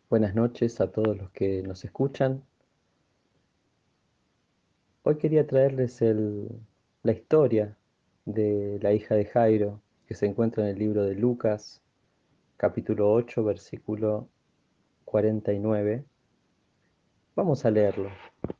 Buenas noches a todos los que nos escuchan. Hoy quería traerles la historia de la hija de Jairo, que se encuentra en el libro de Lucas, capítulo 8, versículo 49. Vamos a leerlo.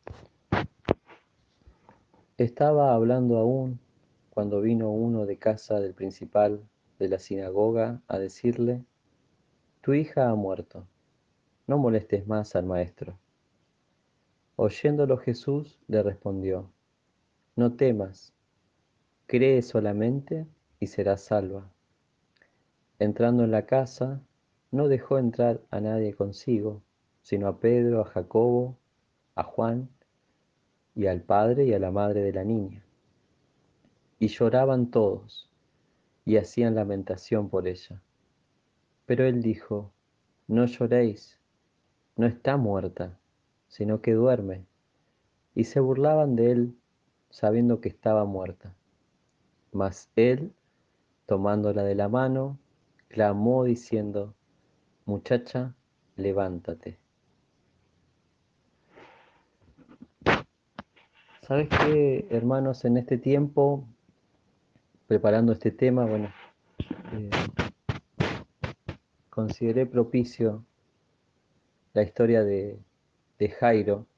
Estaba hablando aún cuando vino uno de casa del principal de la sinagoga a decirle: Tu hija ha muerto, no molestes más al maestro. Oyéndolo Jesús le respondió: No temas, cree solamente y serás salva. Entrando en la casa, no dejó entrar a nadie consigo, sino a Pedro, a Jacobo, a Juan y al padre y a la madre de la niña. Y lloraban todos y hacían lamentación por ella. Pero él dijo: No lloréis, no está muerta, sino que duerme. Y se burlaban de él, sabiendo que estaba muerta. Mas él, tomándola de la mano, clamó diciendo: Muchacha, levántate. ¿Sabes qué, hermanos? En este tiempo, preparando este tema, bueno, eh, consideré propicio la historia de Jairo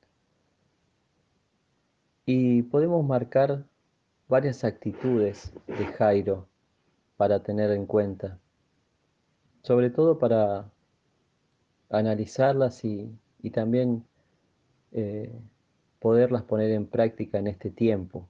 y podemos marcar varias actitudes de Jairo para tener en cuenta, sobre todo para analizarlas y también eh, poderlas poner en práctica en este tiempo.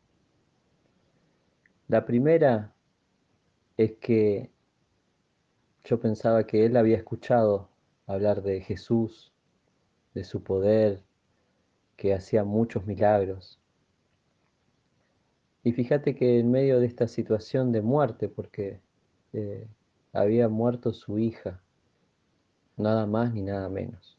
La primera es que yo pensaba que él había escuchado hablar de Jesús, de su poder, que hacía muchos milagros. Y fíjate que en medio de esta situación de muerte, porque eh, había muerto su hija, nada más ni nada menos.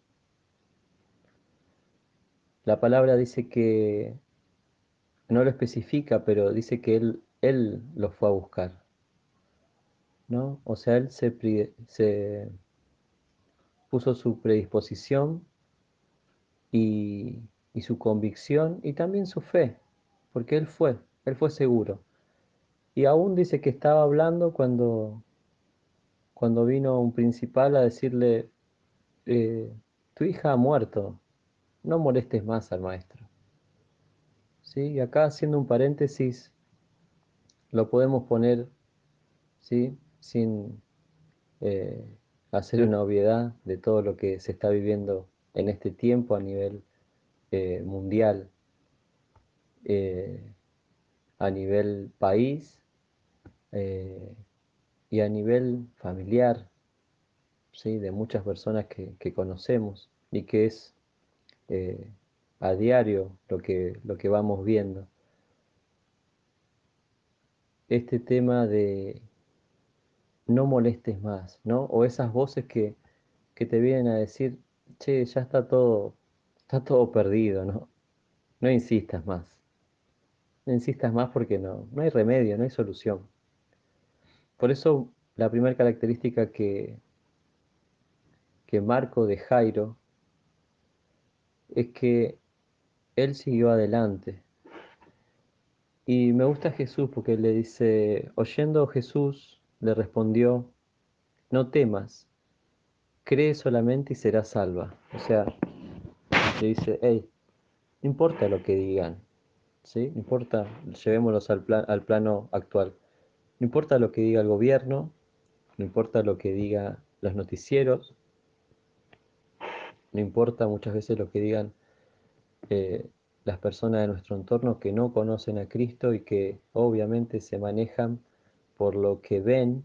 La palabra dice que, no lo especifica, pero dice que él lo fue a buscar, ¿no? O sea, él se puso su predisposición y, y su convicción y también su fe, porque él fue seguro. Y aún dice que estaba hablando cuando vino un principal a decirle: Tu hija ha muerto, no molestes más al maestro. ¿Sí? Y acá, haciendo un paréntesis, lo podemos poner, ¿sí? Sin eh, hacer una obviedad de todo lo que se está viviendo en este tiempo a nivel mundial, eh, a nivel país eh, y a nivel familiar, ¿sí? De muchas personas que conocemos y que es eh, a diario lo que vamos viendo. Este tema de no molestes más, ¿no? O esas voces que te vienen a decir: che, ya está todo perdido, ¿no? No insistas más, no insistas más porque no hay remedio, no hay solución. Por eso la primera característica que marco de Jairo es que él siguió adelante. Y me gusta Jesús porque él le dice: oyendo Jesús, le respondió: No temas, cree solamente y serás salva. O sea, le dice: hey, no importa lo que digan, ¿sí? No importa, llevémoslos al plano actual. No importa lo que diga el gobierno, no importa lo que digan los noticieros, no importa muchas veces lo que digan eh, las personas de nuestro entorno que no conocen a Cristo y que obviamente se manejan por lo que ven,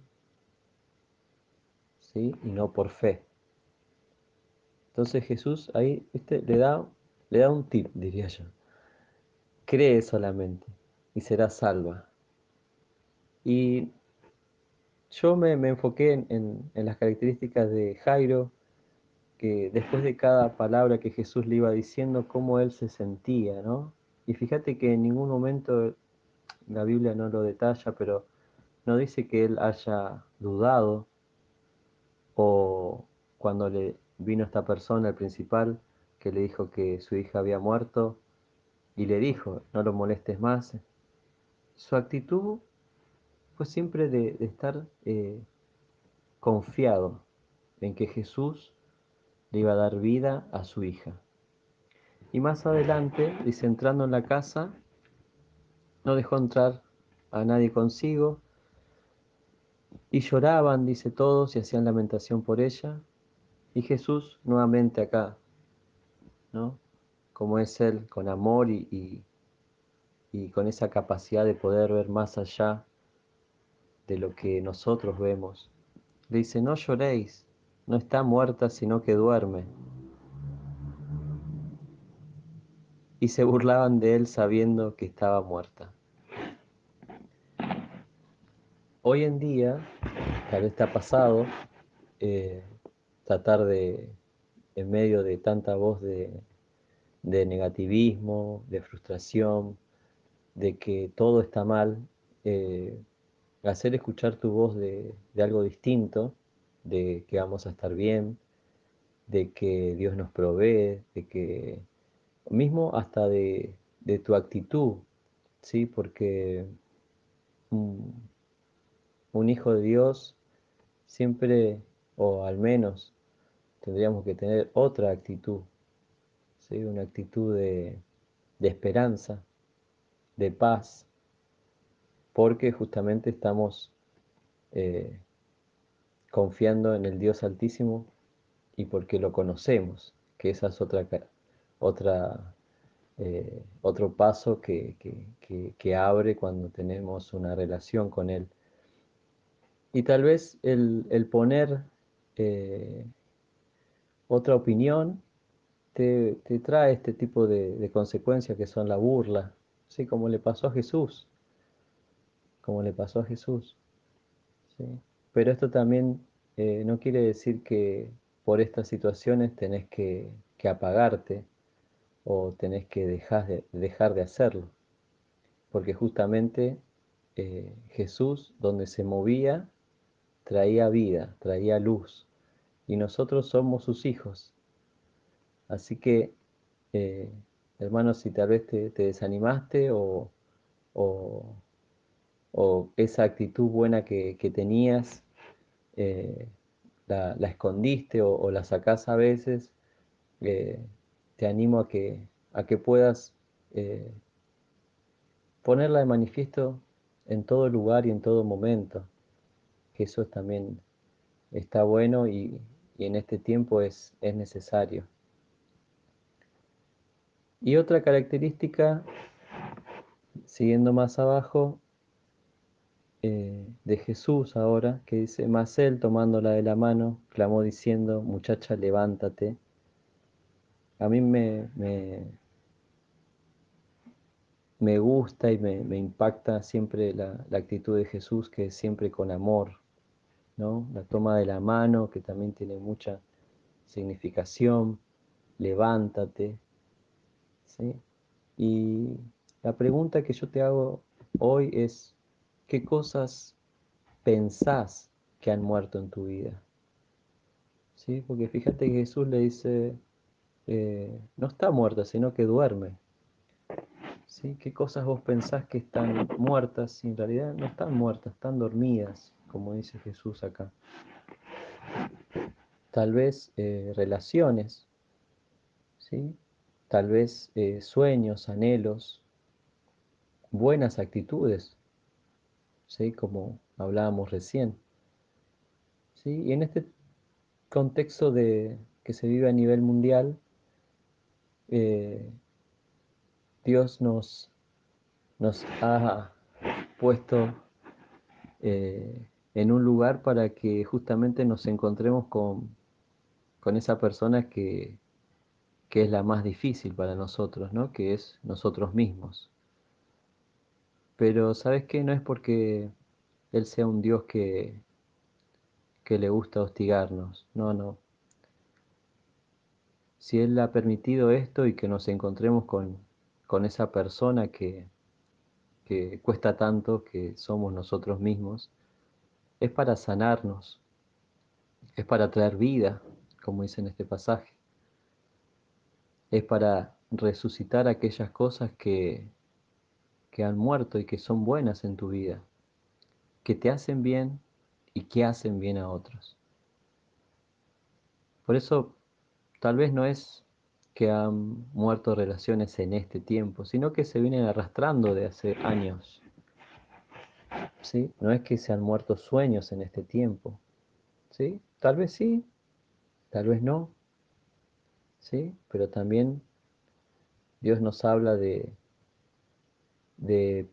¿sí? Y no por fe. Entonces Jesús ahí, ¿viste? Le da un tip, diría yo. Cree solamente y serás salva. Y yo me enfoqué en las características de Jairo, que después de cada palabra que Jesús le iba diciendo, cómo él se sentía, ¿no? Y fíjate que en ningún momento la Biblia no lo detalla, pero no dice que él haya dudado o cuando vino esta persona, el principal, que le dijo que su hija había muerto y le dijo, no lo molestes más. Su actitud fue siempre de estar confiado en que Jesús le iba a dar vida a su hija. Y más adelante, dice, entrando en la casa, no dejó entrar a nadie consigo, y lloraban, dice, todos, y hacían lamentación por ella. Y Jesús nuevamente acá, ¿no? Como es Él, con amor y con esa capacidad de poder ver más allá de lo que nosotros vemos. Le dice, no lloréis, no está muerta, sino que duerme. Y se burlaban de Él sabiendo que estaba muerta. Hoy en día, tal vez te ha pasado, eh, tratar de, en medio de tanta voz de negativismo, de frustración, de que todo está mal, eh, hacer escuchar tu voz de algo distinto, de que vamos a estar bien, de que Dios nos provee, de que mismo hasta de tu actitud, ¿sí? Porque un, un hijo de Dios siempre, o al menos, tendríamos que tener otra actitud, ¿sí? Una actitud de esperanza, de paz, porque justamente estamos eh, confiando en el Dios Altísimo y porque lo conocemos, que esa es otra, otro paso que abre cuando tenemos una relación con Él. Y tal vez el poner eh, otra opinión te trae este tipo de consecuencias que son la burla, ¿sí? Como le pasó a Jesús, como le pasó a Jesús, ¿sí? Pero esto también no quiere decir que por estas situaciones tenés que apagarte o tenés que dejar de hacerlo, porque justamente Jesús, donde se movía, traía vida, traía luz, y nosotros somos sus hijos. Así que, eh, hermanos, si tal vez te desanimaste o- o esa actitud buena que tenías, eh, la escondiste o la sacás a veces, eh, te animo a que puedas ponerla de manifiesto en todo lugar y en todo momento, que eso también está bueno y en este tiempo es necesario. Y otra característica, siguiendo más abajo, de Jesús ahora, que dice, mas él tomándola de la mano, clamó diciendo, muchacha, levántate. A mí me gusta y me impacta siempre la actitud de Jesús, que es siempre con amor, ¿no? La toma de la mano, que también tiene mucha significación, levántate, ¿sí? Y la pregunta que yo te hago hoy es, ¿qué cosas pensás que han muerto en tu vida? ¿Sí? Porque fíjate que Jesús le dice, no está muerta, sino que duerme. ¿Sí? ¿Qué cosas vos pensás que están muertas y en realidad no están muertas, están dormidas, como dice Jesús acá? Tal vez relaciones, ¿sí? Tal vez sueños, anhelos, buenas actitudes, ¿sí? Como hablábamos recién, ¿sí? Y en este contexto que se vive a nivel mundial, eh, Dios nos ha puesto en un lugar para que justamente nos encontremos con esa persona que es la más difícil para nosotros, ¿no? Que es nosotros mismos. Pero ¿sabes qué? No es porque Él sea un Dios que le gusta hostigarnos, no, no. Si Él ha permitido esto y que nos encontremos con esa persona que cuesta tanto, que somos nosotros mismos, es para sanarnos, es para traer vida, como dice en este pasaje. Es para resucitar aquellas cosas que han muerto y que son buenas en tu vida, que te hacen bien y que hacen bien a otros. Por eso, tal vez no es que han muerto relaciones en este tiempo, sino que se vienen arrastrando de hace años, ¿sí? No es que se han muerto sueños en este tiempo, ¿sí? Tal vez sí, tal vez no, ¿sí? Pero también Dios nos habla de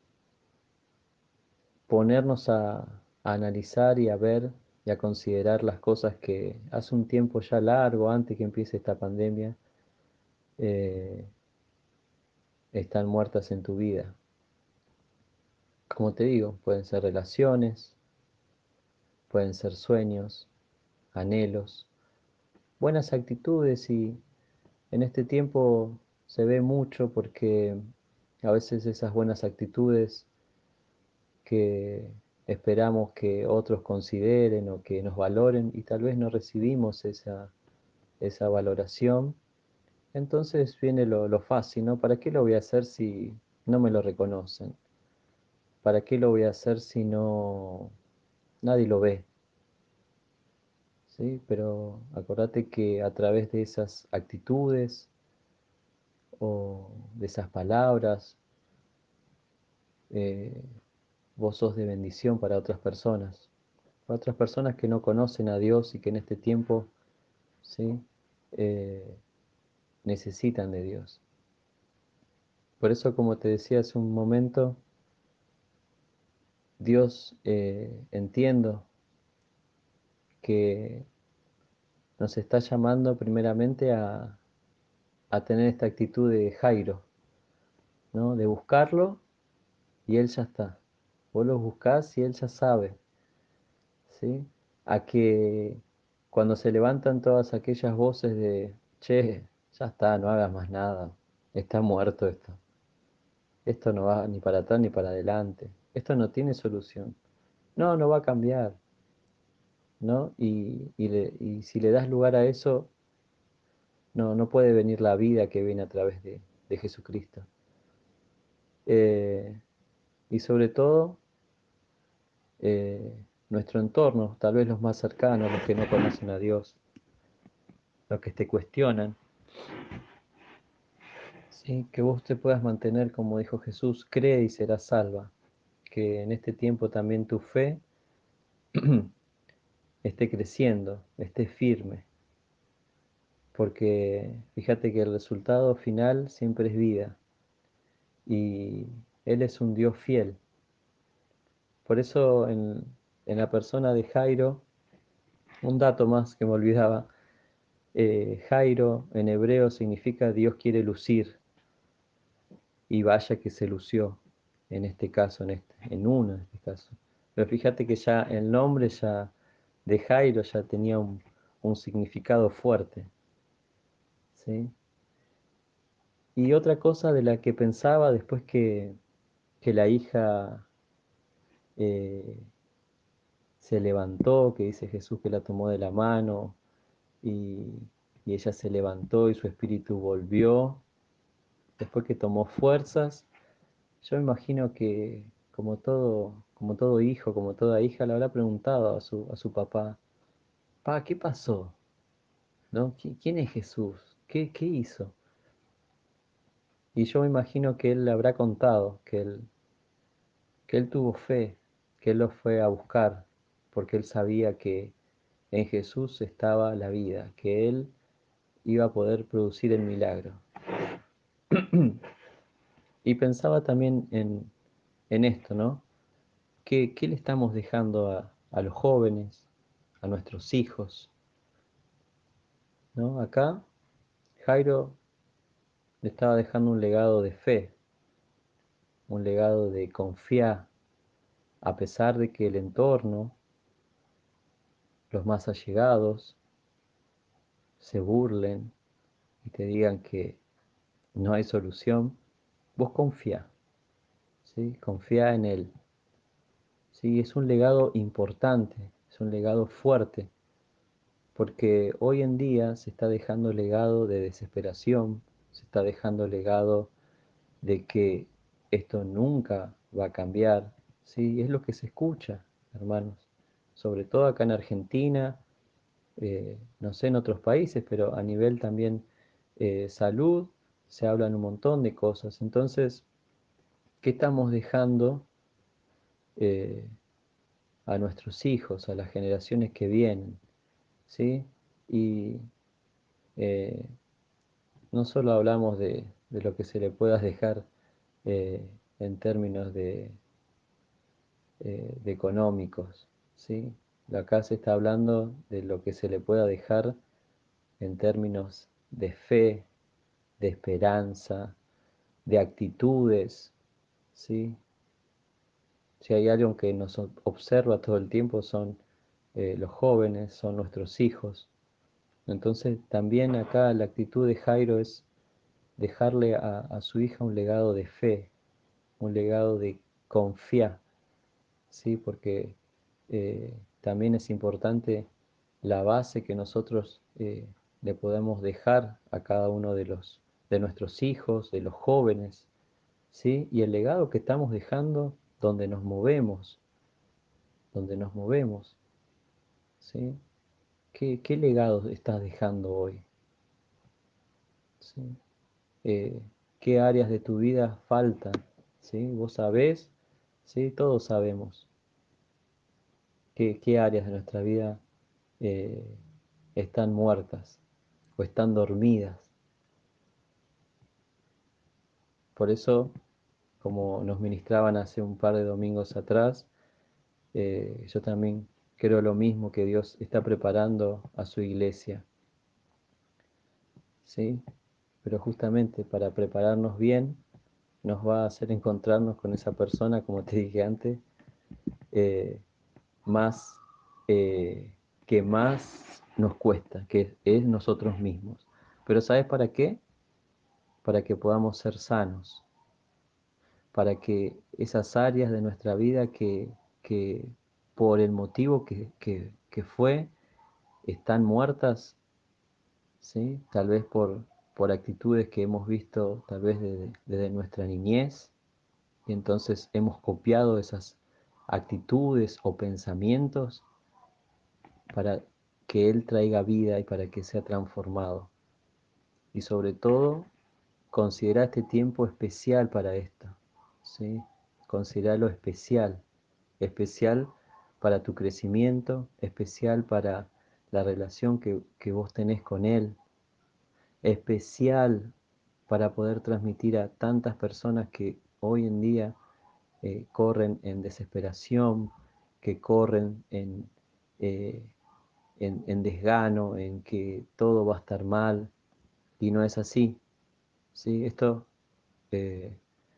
ponernos a analizar y a ver y a considerar las cosas que hace un tiempo ya largo, antes que empiece esta pandemia, eh, están muertas en tu vida. Como te digo, pueden ser relaciones, pueden ser sueños, anhelos, buenas actitudes y en este tiempo se ve mucho porque a veces esas buenas actitudes que esperamos que otros consideren o que nos valoren y tal vez no recibimos esa valoración, entonces viene lo fácil, ¿no? ¿Para qué lo voy a hacer si no me lo reconocen? ¿Para qué lo voy a hacer si no nadie lo ve? ¿Sí? Pero acordate que a través de esas actitudes o de esas palabras, eh, vos sos de bendición para otras personas que no conocen a Dios y que en este tiempo, ¿sí? Eh, necesitan de Dios. Por eso, como te decía hace un momento, Dios, entiendo que nos está llamando primeramente a tener esta actitud de Jairo, ¿no? De buscarlo y Él ya está. Vos lo buscás y Él ya sabe, ¿sí? A que cuando se levantan todas aquellas voces de, che, ya está, no hagas más nada, está muerto esto, esto no va ni para atrás ni para adelante, esto no tiene solución, no, no va a cambiar, ¿no? Y si le das lugar a eso, no puede venir la vida que viene a través de Jesucristo. Eh, y sobre todo, nuestro entorno, tal vez los más cercanos, los que no conocen a Dios, los que te cuestionan, ¿sí? Que vos te puedas mantener, como dijo Jesús, cree y serás salva. Que en este tiempo también tu fe esté creciendo, esté firme, porque fíjate que el resultado final siempre es vida y Él es un Dios fiel. Por eso en la persona de Jairo, un dato más que me olvidaba, Jairo en hebreo significa Dios quiere lucir, y vaya que se lució en este caso, en uno de este caso. Pero fíjate que ya el nombre ya de Jairo ya tenía un significado fuerte, ¿sí? Y otra cosa de la que pensaba después que la hija eh, se levantó, que dice Jesús que la tomó de la mano y, y ella se levantó y su espíritu volvió, después que tomó fuerzas. Yo me imagino que como todo hijo, como toda hija, le habrá preguntado a su papá, pa, ¿qué pasó? ¿No? ¿Quién es Jesús? ¿Qué hizo? Y yo me imagino que él le habrá contado, que él tuvo fe, que él lo fue a buscar, porque él sabía que en Jesús estaba la vida, que él iba a poder producir el milagro. Y pensaba también en esto, ¿no? ¿Qué le estamos dejando a los jóvenes, a nuestros hijos? ¿No? Acá Jairo le estaba dejando un legado de fe, un legado de confiar, a pesar de que el entorno, los más allegados, se burlen y te digan que no hay solución, vos confía, ¿sí? Confía en Él. ¿Sí? Es un legado importante, es un legado fuerte, porque hoy en día se está dejando legado de desesperación, se está dejando legado de que esto nunca va a cambiar, ¿sí? Es lo que se escucha, hermanos, sobre todo acá en Argentina, no sé en otros países, pero a nivel también salud, se hablan un montón de cosas. Entonces, ¿qué estamos dejando eh, a nuestros hijos, a las generaciones que vienen? ¿Sí? Y eh, no solo hablamos de lo que se le pueda dejar en términos de económicos, ¿sí? Acá se está hablando de lo que se le pueda dejar en términos de fe, de esperanza, de actitudes, ¿sí? Si hay algo que nos observa todo el tiempo son los jóvenes, son nuestros hijos. Entonces también acá la actitud de Jairo es dejarle a su hija un legado de fe, un legado de confiar, ¿sí? Porque también es importante la base que nosotros le podemos dejar a cada uno de nuestros hijos, de los jóvenes, ¿sí? Y el legado que estamos dejando donde nos movemos, ¿sí? ¿Qué legado estás dejando hoy? ¿Sí? Eh, ¿Qué áreas de tu vida faltan? ¿Sí? ¿Vos sabés? ¿Sí? Todos sabemos qué áreas de nuestra vida eh, están muertas o están dormidas. Por eso, como nos ministraban hace un par de domingos atrás, yo también creo lo mismo, que Dios está preparando a su iglesia, ¿sí? Pero justamente para prepararnos bien, nos va a hacer encontrarnos con esa persona, como te dije antes, eh, más que más nos cuesta, que es nosotros mismos. Pero ¿sabes para qué? Para que podamos ser sanos, para que esas áreas de nuestra vida que por el motivo que fue, están muertas, ¿sí? Tal vez por actitudes que hemos visto tal vez desde nuestra niñez, y entonces hemos copiado esas actitudes o pensamientos para que Él traiga vida y para que sea transformado. Y sobre todo, considera este tiempo especial para esto, ¿sí? Consideralo especial, especial para tu crecimiento, especial para la relación que vos tenés con Él, especial para poder transmitir a tantas personas que hoy en día corren en desesperación, que corren eh, en desgano, en que todo va a estar mal, y no es así, ¿sí? Esto eh,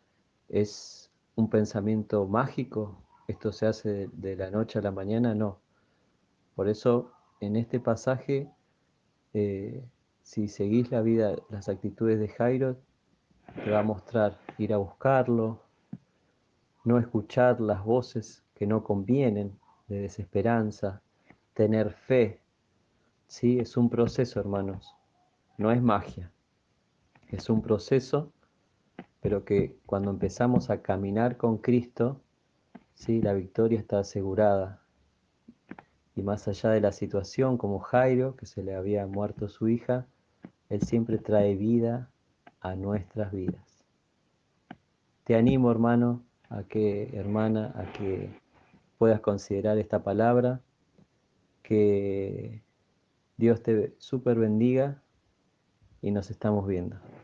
es un pensamiento mágico, esto se hace de la noche a la mañana, no. Por eso, en este pasaje, eh, si seguís la vida, las actitudes de Jairo, te va a mostrar ir a buscarlo, no escuchar las voces que no convienen, de desesperanza, tener fe, ¿sí? Es un proceso, hermanos, no es magia, es un proceso, pero que cuando empezamos a caminar con Cristo, ¿sí? La victoria está asegurada. Y más allá de la situación, como Jairo, que se le había muerto su hija, Él siempre trae vida a nuestras vidas. Te animo, hermano, hermana, a que puedas considerar esta palabra, que Dios te súper bendiga y nos estamos viendo.